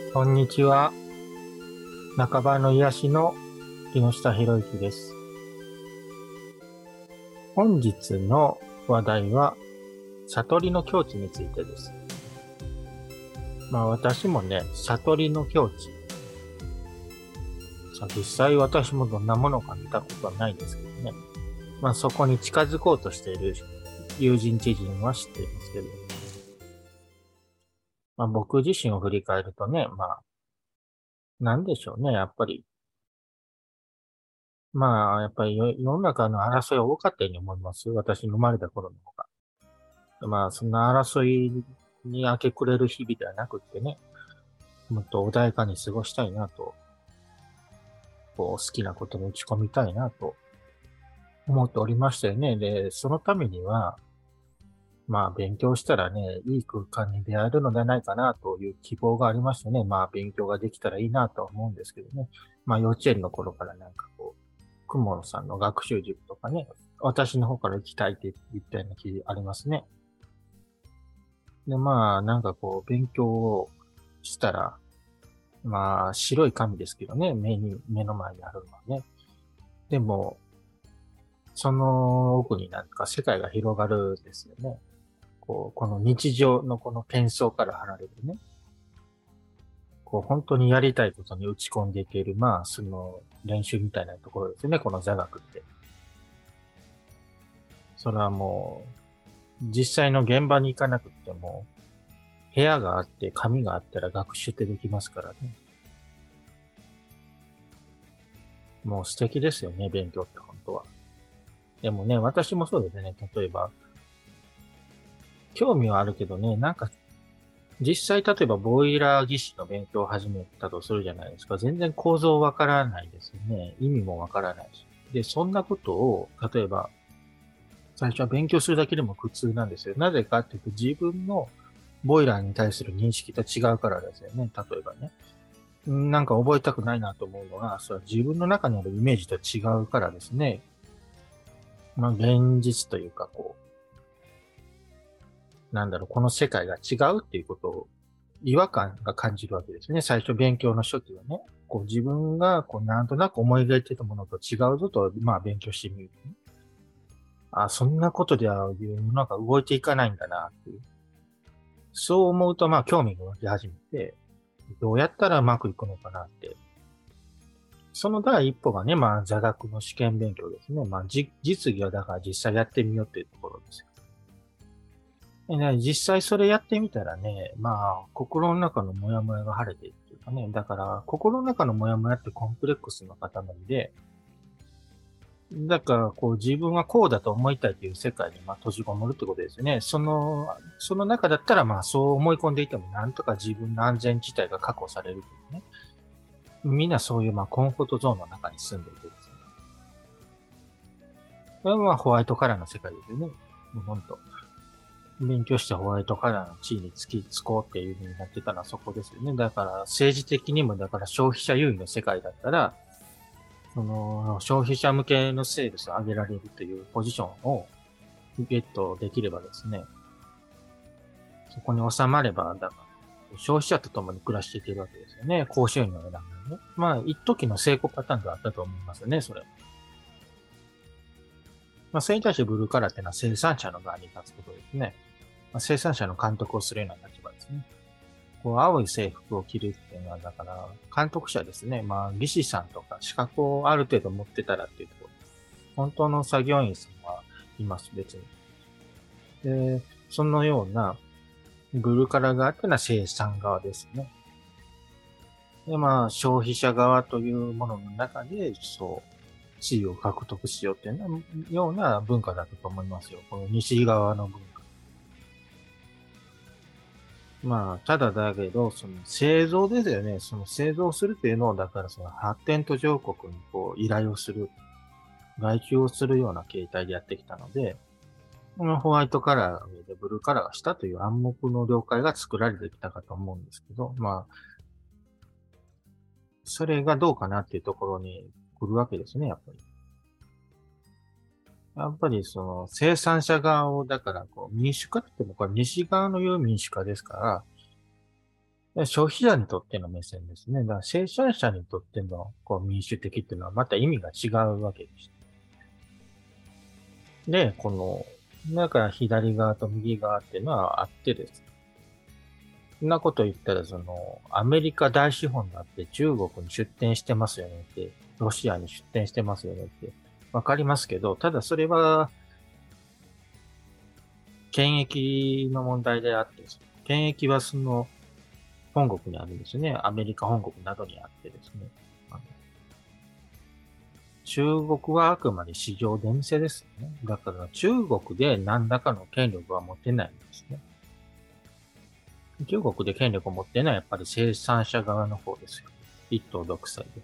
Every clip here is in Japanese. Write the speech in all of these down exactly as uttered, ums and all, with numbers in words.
こんにちは。半ばの癒しの木下博之です。本日の話題は、悟りの境地についてです。まあ私もね、悟りの境地。実際私もどんなものか見たことはないんですけどね。まあそこに近づこうとしている友人知人は知っていますけど。まあ僕自身を振り返るとね、まあ、なんでしょうね、やっぱり。まあ、やっぱり世の中の争いは多かったように思います。私の生まれた頃の方が。まあ、そんな争いに明け暮れる日々ではなくってね、もっと穏やかに過ごしたいなと、こう、好きなことに打ち込みたいなと思っておりましたよね。で、そのためには、まあ、勉強したらね、いい空間に出会えるのではないかなという希望がありましてね、まあ、勉強ができたらいいなと思うんですけどね。まあ、幼稚園の頃からなんかこう、雲野さんの学習塾とかね、私の方から行きたいって言ったような気ありますね。で、まあ、なんかこう、勉強をしたら、まあ、白い紙ですけどね、目に、目の前にあるのはね。でも、その奥になんか世界が広がるんですよね。こう、この日常のこの喧騒から離れてね、こう、本当にやりたいことに打ち込んでいける、まあ、その練習みたいなところですね、この座学って。それはもう、実際の現場に行かなくても、部屋があって、紙があったら学習ってできますからね。もう素敵ですよね、勉強って本当は。でもね、私もそうですね、例えば、興味はあるけどね、なんか、実際例えばボイラー技師の勉強を始めたとするじゃないですか。全然構造わからないですよね。意味もわからないし。で、そんなことを、例えば、最初は勉強するだけでも苦痛なんですよ。なぜかっていうと、自分のボイラーに対する認識と違うからですよね。例えばね。なんか覚えたくないなと思うのは、それは自分の中にあるイメージと違うからですね。まあ、現実というか、こう、なんだろう、この世界が違うっていうことを、違和感が感じるわけですね。最初勉強の初期はね。こう自分が、こう、なんとなく思い描いてたものと違うぞと、まあ、勉強してみる、ね。あ、そんなことでは世の中動いていかないんだな、っていう。そう思うと、まあ、興味が湧き始めて、どうやったらうまくいくのかなって。その第一歩がね、まあ、座学の試験勉強ですね。まあ、じ実技はだから実際やってみようっていうところですよ。でね、実際それやってみたらね、まあ、心の中のモヤモヤが晴れていくというかね、だから、心の中のモヤモヤってコンプレックスの塊で、だから、こう、自分はこうだと思いたいという世界に、まあ、閉じこもるってことですよね。その、その中だったら、まあ、そう思い込んでいても、なんとか自分の安全自体が確保されるというね。みんなそういう、まあ、コンフォートゾーンの中に住んでいてですね。これはまあ、ホワイトカラーの世界ですよね。もう本当。勉強してホワイトカラーの地位につきつこうっていう風になってたのはそこですよね。だから政治的にもだから消費者優位の世界だったら、その消費者向けのセールスを上げられるというポジションをゲットできればですね、そこに収まれば、だから消費者と共に暮らしていけるわけですよね。高収入を得ながらね。まあ、一時の成功パターンではあったと思いますね、それ。まあ、それに対してブルーカラーっていうのは生産者の側に立つことですね。まあ、生産者の監督をするような立場ですね。こう、青い制服を着るっていうのは、だから、監督者ですね。まあ、技師さんとか資格をある程度持ってたらっていうところ。本当の作業員さんはいます、別に。で、そのような、ブルーカラー側っていうのは生産側ですね。で、まあ、消費者側というものの中で、そう、地位を獲得しようっていうようなような文化だったと思いますよ。この西側の文化。まあ、ただだけど、その製造ですよね。その製造するっていうのを、だからその発展途上国にこう依頼をする、外注をするような形態でやってきたので、このホワイトカラーでブルーカラーがしたという暗黙の了解が作られてきたかと思うんですけど、まあ、それがどうかなっていうところに来るわけですね、やっぱり。やっぱりその生産者側を、だからこう民主化って言ってもこれ西側の言う民主化ですから、 消費者にとっての目線ですね。だから生産者にとってのこう民主的っていうのはまた意味が違うわけです。で、この、だから左側と右側っていうのはあってです。そんなこと言ったら、その、アメリカ大資本だって中国に出店してますよねって、ロシアに出店してますよねって、わかりますけど、ただそれは、権益の問題であって、権益はその、本国にあるんですね。アメリカ本国などにあってですね。あの中国はあくまで市場出店ですよね。だから中国で何らかの権力は持てないんですね。中国で権力を持っているのはやっぱり生産者側の方ですよ。一党独裁で。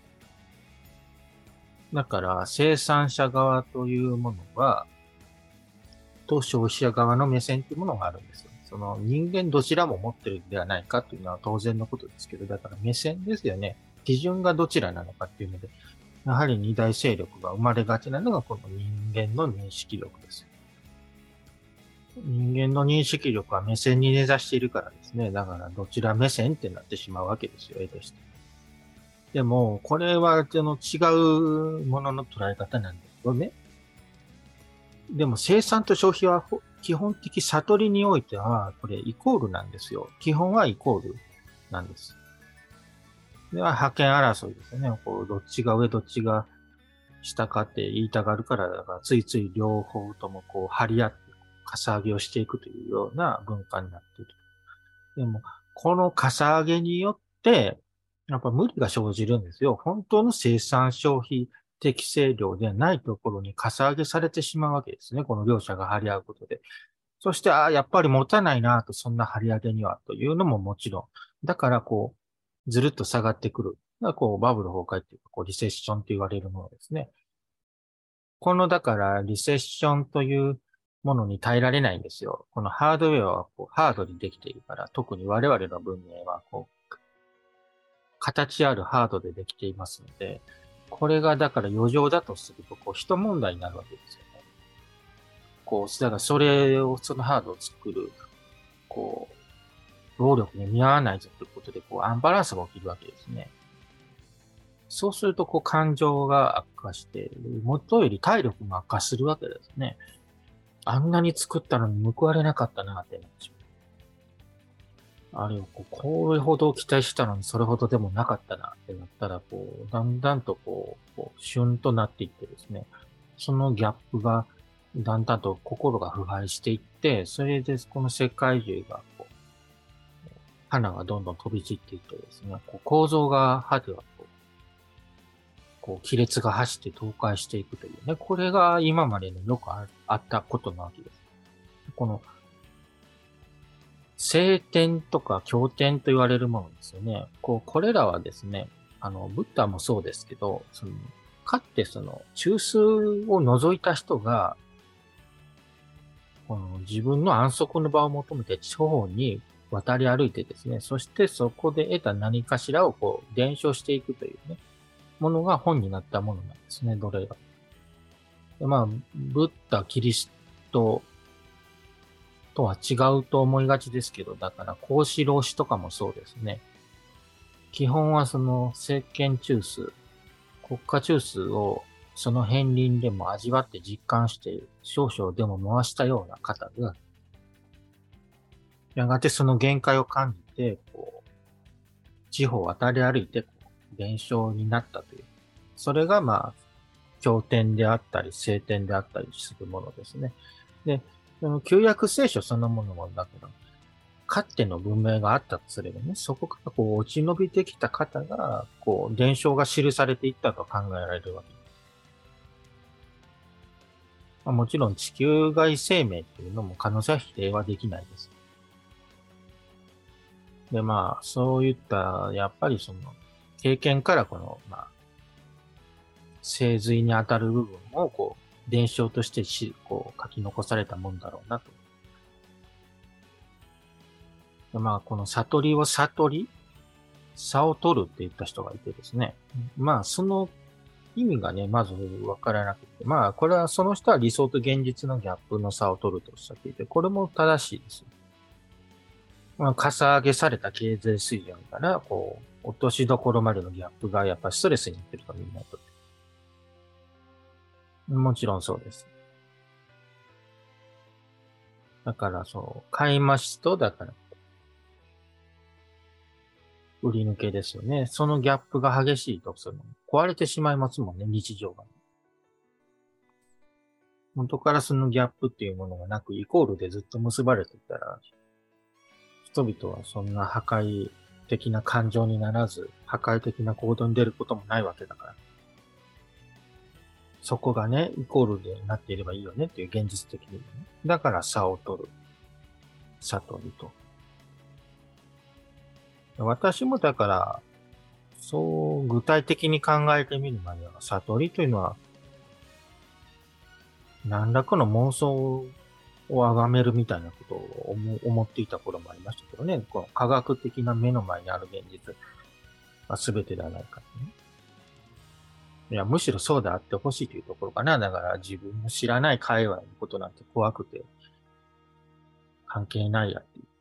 だから生産者側というものは、と消費者側の目線というものがあるんですよ。その人間どちらも持ってるんではないかというのは当然のことですけど、だから目線ですよね。基準がどちらなのかっていうので、やはり二大勢力が生まれがちなのがこの人間の認識力です。人間の認識力は目線に根ざしているからですね。だからどちら目線ってなってしまうわけですよ、絵として。でも、これはその違うものの捉え方なんですよね。でも生産と消費は基本的悟りにおいては、これイコールなんですよ。基本はイコールなんです。では、覇権争いですよね。こう、どっちが上、どっちが下かって言いたがるから、だからついつい両方ともこう、張り合って、かさ上げをしていくというような文化になっている。でも、このかさ上げによって、やっぱ無理が生じるんですよ。本当の生産消費適正量ではないところにかさ上げされてしまうわけですね。この両者が張り合うことで。そして、ああ、やっぱり持たないなと、そんな張り上げには、というのももちろん。だから、こう、ずるっと下がってくる。だからこう、バブル崩壊っていうか、こう、リセッションと言われるものですね。この、だから、リセッションというものに耐えられないんですよ。このハードウェアはこうハードにできているから、特に我々の文明は、こう、形あるハードでできていますので、これがだから余剰だとすると、こう、人問題になるわけですよね。こう、だからそれを、そのハードを作る、こう、労力に見合わないぞということで、こう、アンバランスが起きるわけですね。そうすると、こう、感情が悪化して、元より体力も悪化するわけですね。あんなに作ったのに報われなかったなってなってしまう。あれをこう、これほど期待したのにそれほどでもなかったなってなったら、こう、だんだんとこう、こう、旬となっていってですね、そのギャップが、だんだんと心が腐敗していって、それでこの世界中がこう、花がどんどん飛び散っていってですね、こう構造が歯ではこう、こう亀裂が走って倒壊していくというね、これが今までのよくああったことなわけです。この聖典とか経典と言われるものですよね。こう、これらはですね、あの、ブッダもそうですけど、その、かってその、中枢を除いた人が、この自分の安息の場を求めて地方に渡り歩いてですね、そしてそこで得た何かしらをこう伝承していくというね、ものが本になったものなんですね、どれが。でまあ、ブッダ、キリストとは違うと思いがちですけど、だから孔子老子とかもそうですね。基本はその政権中枢、国家中枢をその片鱗でも味わって実感して少々でも回したような方が、やがてその限界を感じて、こう、地方を渡り歩いて、こう、伝承になったという。それが、まあ、経典であったり、聖典であったりするものですね。で、その旧約聖書そのものも、だから、かつての文明があったとすればね、そこからこう落ち延びてきた方が、こう、伝承が記されていったと考えられるわけです。まあ、もちろん地球外生命っていうのも可能性は否定はできないです。で、まあ、そういった、やっぱりその、経験からこの、まあ、精髄に当たる部分を、こう、伝承としてし、こう、書き残されたもんだろうなと。でまあ、この悟りを悟り、差を取るって言った人がいてですね。まあ、その意味がね、まずわからなくて、まあ、これはその人は理想と現実のギャップの差を取るとおっしゃっていて、これも正しいです。 まあかさ上げされた経済水準から、こう、落としどころまでのギャップがやっぱストレスになってるとみんなと。もちろんそうです。だからそう、買い増しと、だから、売り抜けですよね。そのギャップが激しいと、その、壊れてしまいますもんね、日常が。元からそのギャップっていうものがなく、イコールでずっと結ばれていたら、人々はそんな破壊的な感情にならず、破壊的な行動に出ることもないわけだから。そこがね、イコールでなっていればいいよねっていう現実的に、ね。だから差を取る。悟りと。私もだから、そう具体的に考えてみるまでは、悟りというのは、何らかの妄想を崇めるみたいなことを思思っていた頃もありましたけどね。この科学的な目の前にある現実が全てではないか、ね。いや、むしろそうであってほしいというところかな。だから自分の知らない界隈のことなんて怖くて関係ないやっていう。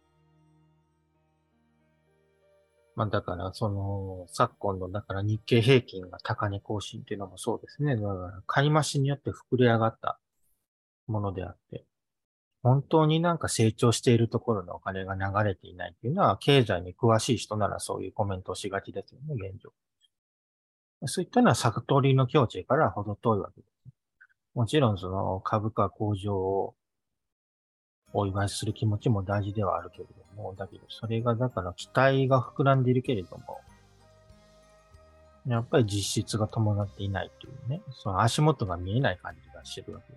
まあだからその昨今のだから日経平均が高値更新っていうのもそうですね。だから買い増しによって膨れ上がったものであって、本当になんか成長しているところのお金が流れていないっていうのは、経済に詳しい人ならそういうコメントをしがちですよね、現状。そういったのは悟りの境地から程遠いわけです。もちろんその株価向上をお祝いする気持ちも大事ではあるけれども、だけどそれがだから期待が膨らんでいるけれども、やっぱり実質が伴っていないというね、その足元が見えない感じがしてるわけです。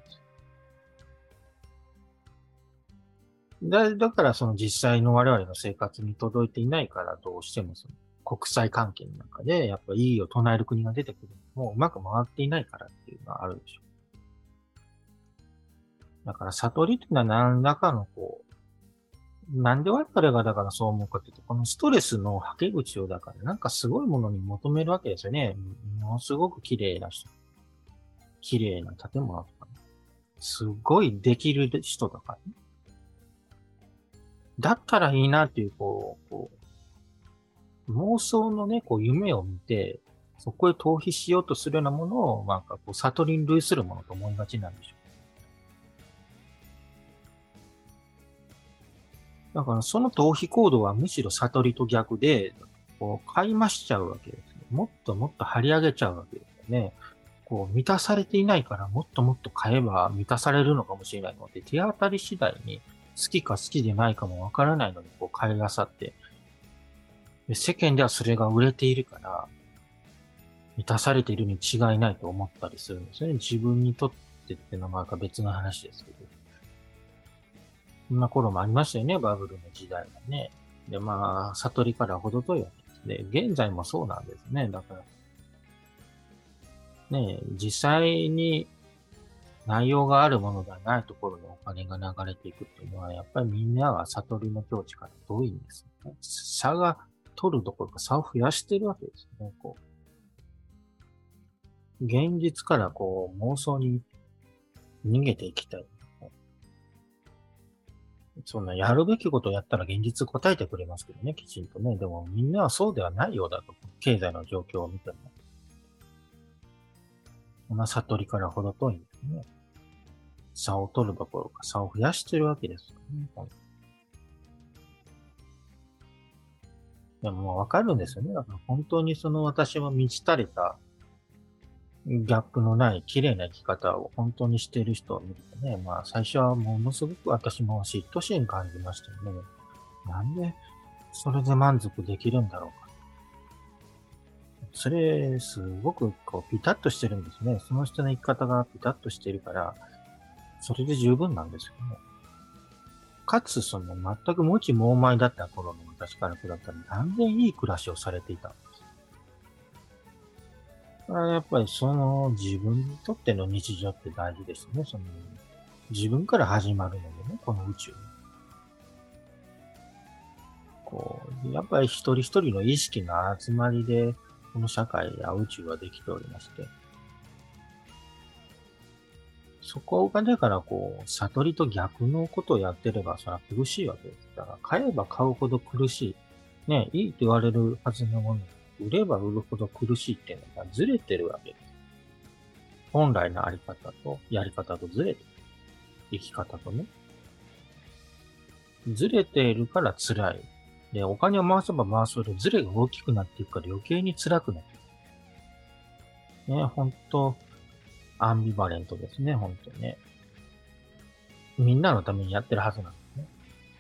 だ、だからその実際の我々の生活に届いていないからどうしてもその国際関係の中でやっぱいいを唱える国が出てくるのもうまく回っていないからっていうのはあるでしょう。だから悟りっていうのは何らかのこう、なんで我々がだからそう思うかっていうと、このストレスの吐け口をだからなんかすごいものに求めるわけですよね。ものすごく綺麗な人、綺麗な建物とかね。すごいできる人とかね。だったらいいなっていう、こう、こう妄想のね、こう夢を見て、そこへ逃避しようとするようなものを、なんかこう、悟りに類するものと思いがちなんでしょう。だからその逃避行動はむしろ悟りと逆で、こう、買い増しちゃうわけですね。もっともっと張り上げちゃうわけですよね。こう、満たされていないからもっともっと買えば満たされるのかもしれないので、手当たり次第に好きか好きでないかもわからないのにこう買い漁って、で世間ではそれが売れているから、満たされているに違いないと思ったりするんですよね。自分にとってってのはまた別の話ですけど。そんな頃もありましたよね、バブルの時代がね。で、まあ、悟りから程遠いわけです。で、現在もそうなんですね。だから、ね、実際に内容があるものではないところにお金が流れていくっていうのは、やっぱりみんなは悟りの境地から遠いんですよね。差が取るどころか差を増やしてるわけですよね。こう現実からこう妄想に逃げていきたい。そんなやるべきことをやったら現実答えてくれますけどね、きちんとね。でもみんなはそうではないようだと。経済の状況を見ても。こんな悟りから程遠いんですね。差を取るどころか差を増やしてるわけですよね。でももうわかるんですよね。だから本当にその私も満ち足りたギャップのない綺麗な生き方を本当にしている人を見るとね、まあ最初はものすごく私も嫉妬心感じましたよね。なんでそれで満足できるんだろうか。それ、すごくこうピタッとしてるんですね。その人の生き方がピタッとしているから、それで十分なんですよね。かつ、その全く無知猛昧だった頃の私から比べたら断然いい暮らしをされていたんです。やっぱりその自分にとっての日常って大事ですね。その自分から始まるのでね、この宇宙。こう、やっぱり一人一人の意識の集まりで、この社会や宇宙はできておりまして、 そこがだからこう、悟りと逆のことをやってれば、それは苦しいわけです。だから買えば買うほど苦しい。ね、いいと言われるはずのもの、売れば売るほど苦しいっていうのがずれてるわけです。本来のあり方と、やり方とずれてる。生き方とね。ずれているから辛い。で、お金を回せば回すほどずれが大きくなっていくから余計に辛くなっていく。ね、ほんと、アンビバレントですね、ほんとね。みんなのためにやってるはずなんですね。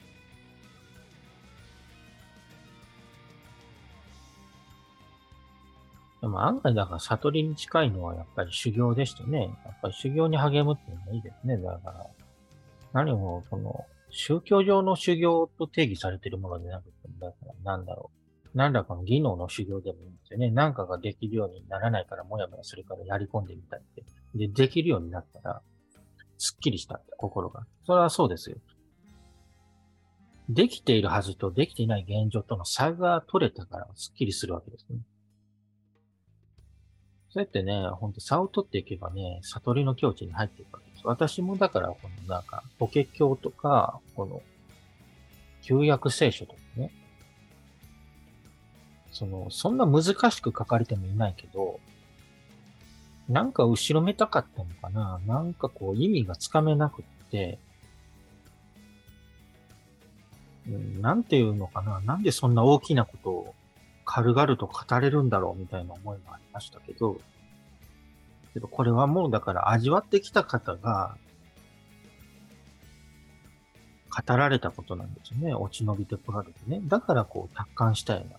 でも案外だから悟りに近いのはやっぱり修行でしてね。やっぱり修行に励むっていうのがいいですね。だから、何もその、宗教上の修行と定義されているものでなくて、だからなんだろう。何らかの技能の修行でもいいんですよね。何かができるようにならないからもやもやするからやり込んでみたいって。で、できるようになったら、すっきりしたって心が。それはそうですよ。できているはずとできていない現状との差が取れたからすっきりするわけですね。そうやってね、ほんと差を取っていけばね、悟りの境地に入っていくわけです。私もだから、このなんか、法華経とか、この、旧約聖書とかね、その、そんな難しく書かれてもいないけど、なんか後ろめたかったのかな、なんかこう意味がつかめなくって、うん、なんていうのかな、なんでそんな大きなことを軽々と語れるんだろうみたいな思いもありましたけど、けどこれはもうだから味わってきた方が語られたことなんですよね。落ち延びてこられてね。だからこう達観したような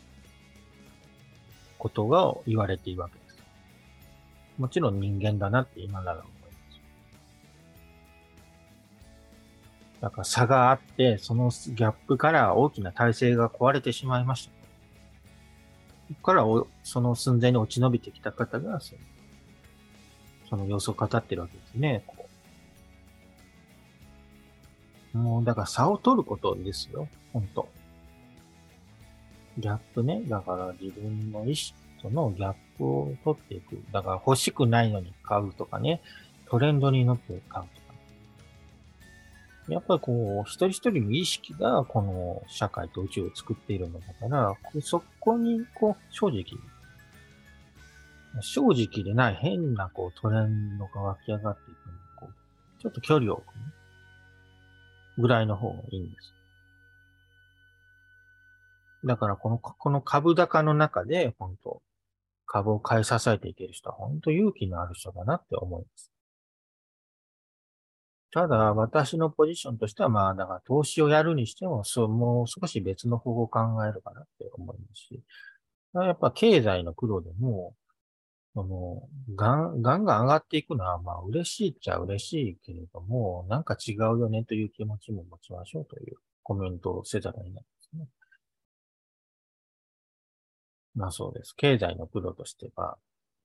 ことが言われているわけです。もちろん人間だなって今なら思います。だから差があって、そのギャップから大きな体制が壊れてしまいました。そこからおその寸前に落ち延びてきた方が、そのその様子を語ってるわけですね。こうもうだから差を取ることですよ。本当ギャップね。だから自分の意識とのギャップを取っていく。だから欲しくないのに買うとかね。トレンドに乗って買うとか。やっぱりこう、一人一人の意識がこの社会と宇宙を作っているのだから、そこにこう、正直、正直でない変なこうトレンドが湧き上がっていくのに、こう、ちょっと距離を置く、ね、ぐらいの方がいいんです。だからこの、この株高の中で、本当株を買い支えていける人は本当勇気のある人だなって思います。ただ、私のポジションとしては、まあ、だから投資をやるにしても、そう、もう少し別の方法を考えるかなって思いますし、やっぱ経済の苦労でも、その、ガン、ガンが上がっていくのは、まあ、嬉しいっちゃ嬉しいけれども、なんか違うよねという気持ちも持ちましょうというコメントをせざるを得ないですね。まあそうです。経済のプロとしては、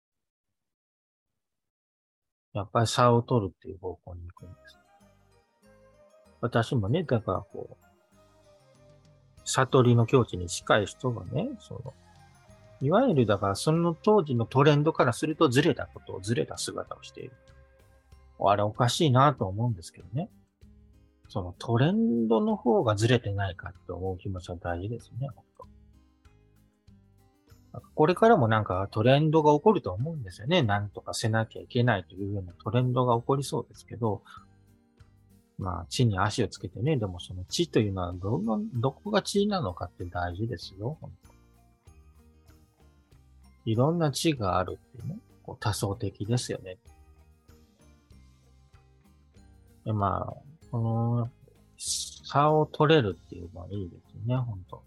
やっぱり差を取るっていう方向に行くんです。私もね、だからこう、悟りの境地に近い人がね、その、いわゆるだからその当時のトレンドからするとずれたことをずれた姿をしている。あれおかしいなと思うんですけどね。そのトレンドの方がずれてないかって思う気持ちは大事ですね、本当。これからもなんかトレンドが起こると思うんですよね。なんとかせなきゃいけないというようなトレンドが起こりそうですけど、まあ、地に足をつけてね、でもその地というのはどの、どこが地なのかって大事ですよ。本当いろんな地があるっていうね、こう多層的ですよね。でまあ、この差を取れるっていうのはいいですね、本当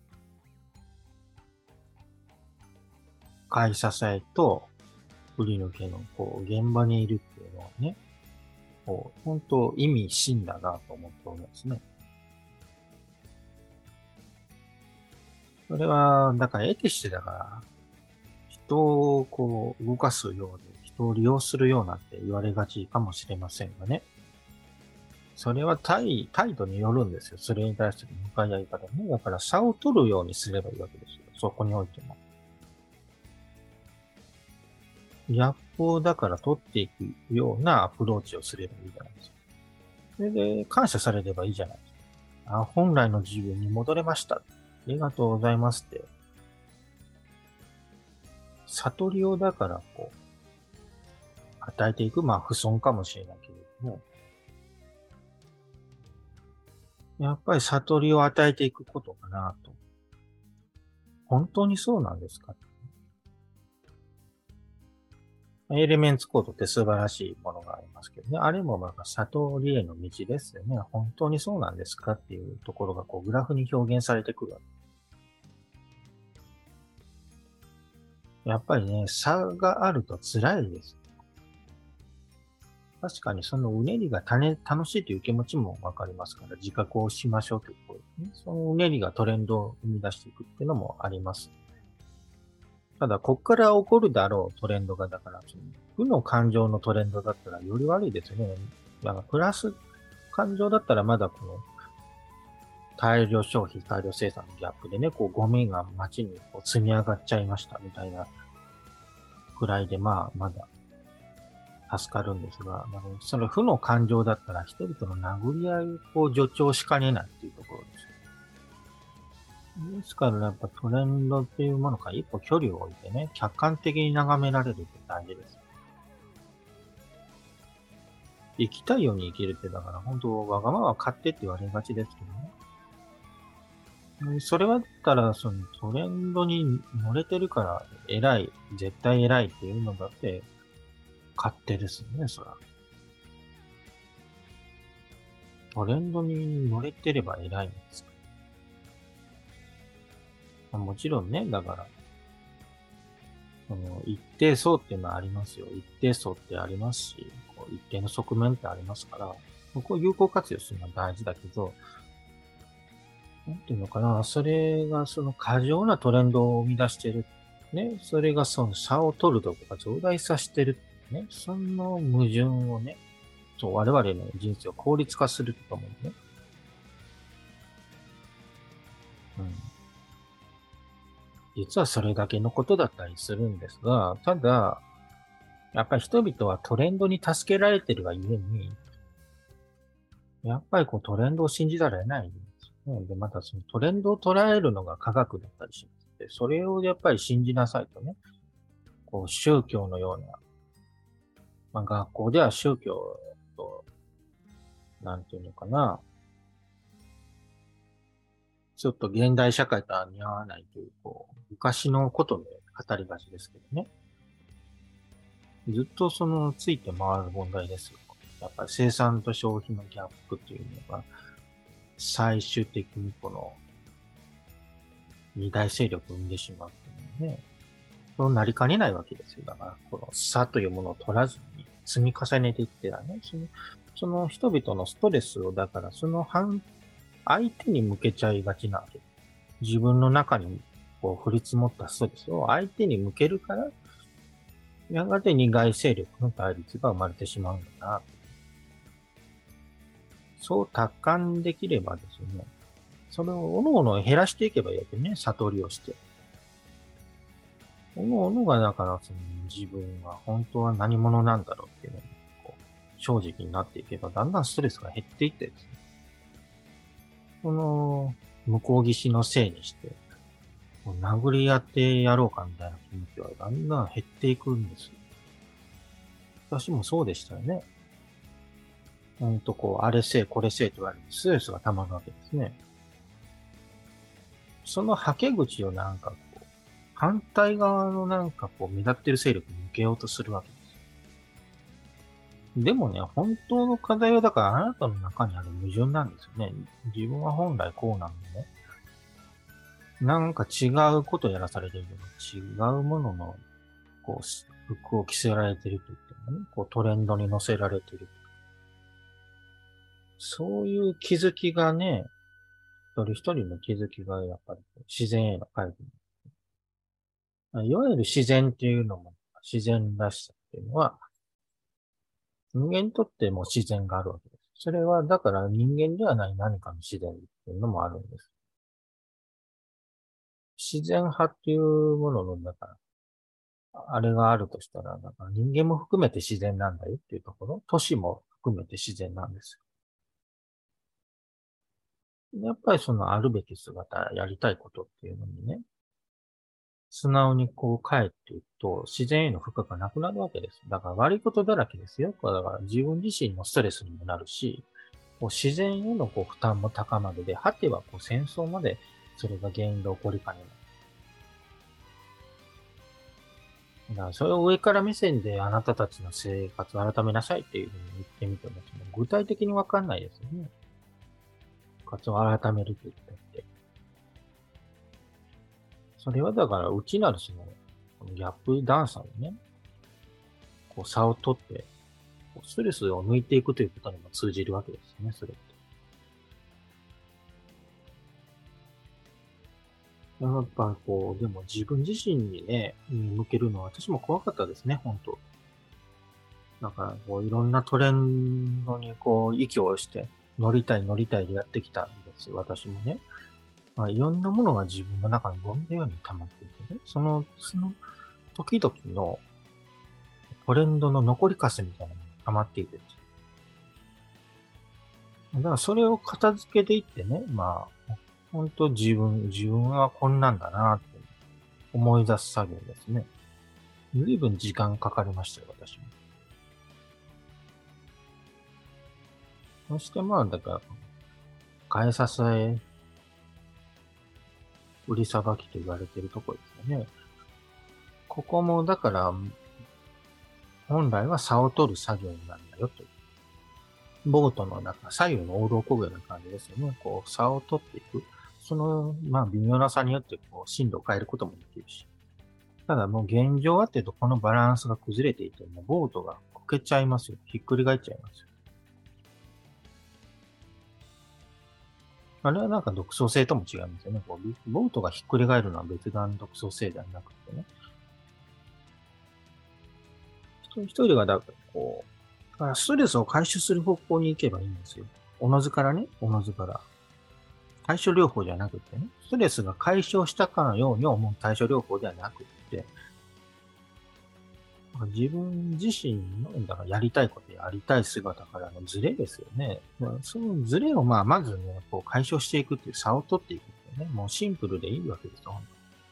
買い支えと売り抜けの、こう、現場にいるっていうのはね、こう、本当意味深だなと思っておりますね。それは、だから、得てしてだから、人をこう、動かすようで、人を利用するようなって言われがちかもしれませんがね。それは態態度によるんですよ。それに対する向かい合い方ね。だから差を取るようにすればいいわけですよ。そこにおいても。ギャッをだから取っていくようなアプローチをすればいいじゃないですか。それで感謝されればいいじゃないですか。あ、本来の自分に戻れました。ありがとうございますって。悟りをだからこう、与えていく、まあ不損かもしれないけれども、やっぱり悟りを与えていくことかなと。本当にそうなんですか？エレメンツコードって素晴らしいものがありますけどね。あれもまあ悟りへの道ですよね。本当にそうなんですかっていうところがこうグラフに表現されてくるわけ。やっぱりね、差があると辛いです。確かにそのうねりが種楽しいという気持ちもわかりますから、自覚をしましょうということですね。そのうねりがトレンドを生み出していくっていうのもあります。ただ、こっから起こるだろうトレンドが、だから、その負の感情のトレンドだったらより悪いですよね。だから、プラス感情だったらまだこの大量消費、大量生産のギャップでね、こうゴミが街にこう積み上がっちゃいましたみたいなくらいで、まあ、まだ助かるんですが、その負の感情だったら人々の殴り合いを助長しかねないっていうところです。ですから、やっぱトレンドっていうものから一歩距離を置いてね、客観的に眺められるって大事です。生きたいように生きるって、だから本当、わがまま勝手って言われがちですけどね。それはだったら、そのトレンドに乗れてるから偉い、絶対偉いっていうのだって勝手ですよね、そら。トレンドに乗れてれば偉いんですか。もちろんね、だから、その一定層っていうのはありますよ。一定層ってありますし、こう一定の側面ってありますから、ここを有効活用するのは大事だけど、なんていうのかな、それがその過剰なトレンドを生み出してる。ね、それがその差を取るとか増大させてる。ね、その矛盾をね、そう、我々の人生を効率化すると思うね。うん。実はそれだけのことだったりするんですが、ただ、やっぱり人々はトレンドに助けられてるがゆえに、やっぱりこうトレンドを信じざるを得ないんですよね。で、またそのトレンドを捉えるのが科学だったりします。で、それをやっぱり信じなさいとね、こう宗教のような、まあ学校では宗教と、なんていうのかな、ちょっと現代社会とは似合わないという、こう、昔のことで語りがちですけどね。ずっとそのついて回る問題ですよ。やっぱり生産と消費のギャップっていうのが、最終的にこの二大勢力を生んでしまうっていうね。そうなりかねないわけですよ。だから、この差というものを取らずに積み重ねていってはね、その、その人々のストレスを、だからその反、相手に向けちゃいがちなわけ。自分の中にこう降り積もったストレスを相手に向けるから、やがて二大勢力の対立が生まれてしまうんだな。そう達観できればですね、それをおのおの減らしていけばいいわけね、悟りをして。おのおのがだからその自分は本当は何者なんだろうっていうのにこう正直になっていけば、だんだんストレスが減っていってですね、その向こう岸のせいにして、殴り合ってやろうかみたいな気持ちはだんだん減っていくんですよ。私もそうでしたよね。ほんとこう、あれせい、これせいと言われるストレスが溜まるわけですね。そのはけ口をなんかこう、反対側のなんかこう、目立ってる勢力に向けようとするわけです。でもね、本当の課題はだからあなたの中にある矛盾なんですよね。自分は本来こうなのね。なんか違うことをやらされてるけど、違うものの、こう、服を着せられてると言ってもね、こうトレンドに乗せられてる。そういう気づきがね、一人一人の気づきがやっぱり自然への回帰。いわゆる自然っていうのも、自然らしさっていうのは、人間にとっても自然があるわけです。それは、だから人間ではない何かの自然っていうのもあるんです。自然派っていうものの、だから、 あれがあるとしたら、だから人間も含めて自然なんだよっていうところ、都市も含めて自然なんですよ。やっぱりそのあるべき姿、やりたいことっていうのにね、素直にこう帰っていくと、自然への負荷がなくなるわけです。だから悪いことだらけですよ。だから自分自身のストレスにもなるし、こう自然へのこう負担も高まるで、果てはこう戦争までそれが原因で起こりかねない。だからそれを上から目線であなたたちの生活を改めなさいっていうふうに言ってみても、その具体的にわかんないですよね。生活を改めると言ったって。それはだから内なるその、このギャップ段差をね、こう差を取って、ストレスを抜いていくということにも通じるわけですね、それって。やっぱこう、でも自分自身にね、向けるのは私も怖かったですね、本当だからこう、いろんなトレンドにこう、息をして、乗りたい乗りたいでやってきたんですよ、私もね。まあ、いろんなものが自分の中にゴミのように溜まっていてね、その、その時々のトレンドの残りカスみたいなのが溜まっていてですね、だからそれを片付けていってね、まあ、本当自分、自分はこんなんだなって思い出す作業ですね。随分時間かかりましたよ、私も。そしてまあ、だから、買えさせ、売りさばきと言われているところですよね。ここも、だから、本来は差を取る作業なんだよと。ボートの中、左右の横断歩道な感じですよね。こう、差を取っていく。その、まあ、微妙な差によって、こう、進路を変えることもできるし。ただもう現状はっていうと、このバランスが崩れていて、もうボートがこけちゃいますよ。ひっくり返っちゃいますよ。あれはなんか独創性とも違いますよね。こうボートがひっくり返るのは別段独創性ではなくてね。一人一人がだからこう、だからストレスを回収する方向に行けばいいんですよ。おのずからね、おのずから。対処療法じゃなくてね、ストレスが解消したかのように思う対処療法ではなくて、自分自身のだからやりたいことやりたい姿からのズレですよね。そのズレをまあまずね、こう解消していくっていう差を取っていくっていうね、もうシンプルでいいわけですよ。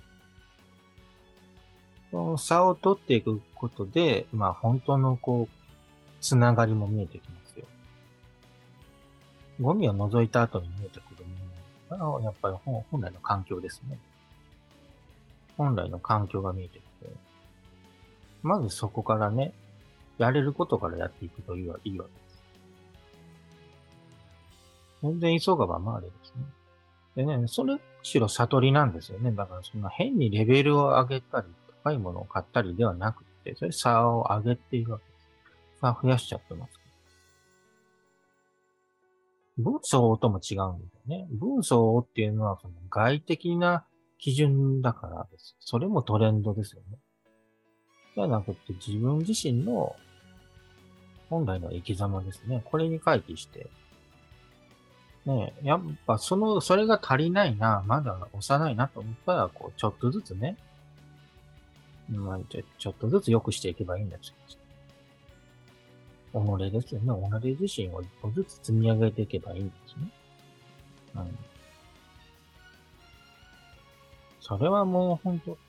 その差を取っていくことで、まあ本当のこう、つながりも見えてきますよ。ゴミを除いた後に見えてくるものは、やっぱり本本来の環境ですね。本来の環境が見えてきて、まずそこからね、やれることからやっていくといいわいいわけです。全然急がば回れですね。でね、それ、むしろ悟りなんですよね。だからそんな変にレベルを上げたり、高いものを買ったりではなくて、それ差を上げているわけです。差増やしちゃってます。分相応とも違うんですよね。分相応っていうのはその外的な基準だからです。それもトレンドですよね。じゃなくて自分自身の本来の生き様ですね。これに回帰して、ね、やっぱその、それが足りないな、まだ幼いなと思ったら、こう、ちょっとずつね、まあ、ちょ、ちょっとずつ良くしていけばいいんですよ。己ですよね。己自身を一歩ずつ積み上げていけばいいんですね。うん。それはもう本当、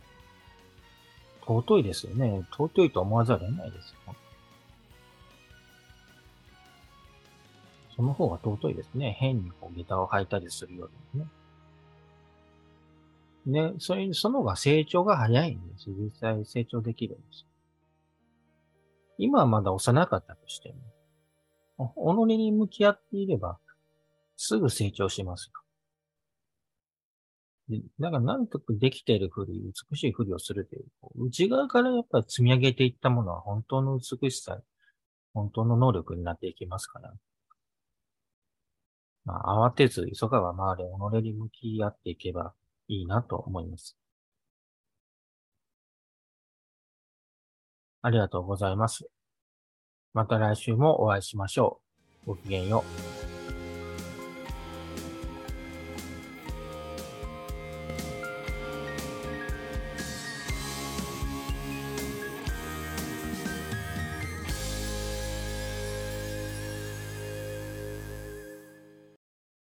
尊いですよね。尊いと思わざるを得ないですよ。その方が尊いですね。変にこう、下駄を履いたりするよりもね。で、それ、その方が成長が早いんです。実際成長できるんです。今はまだ幼かったとしても、お己に向き合っていれば、すぐ成長しますよ。でだからなんとかできているふり、美しいふりをするという、こう内側からやっぱり積み上げていったものは本当の美しさ、本当の能力になっていきますから、まあ、慌てず急がば回れ、己に向き合っていけばいいなと思います。ありがとうございます。また来週もお会いしましょう。ごきげんよう。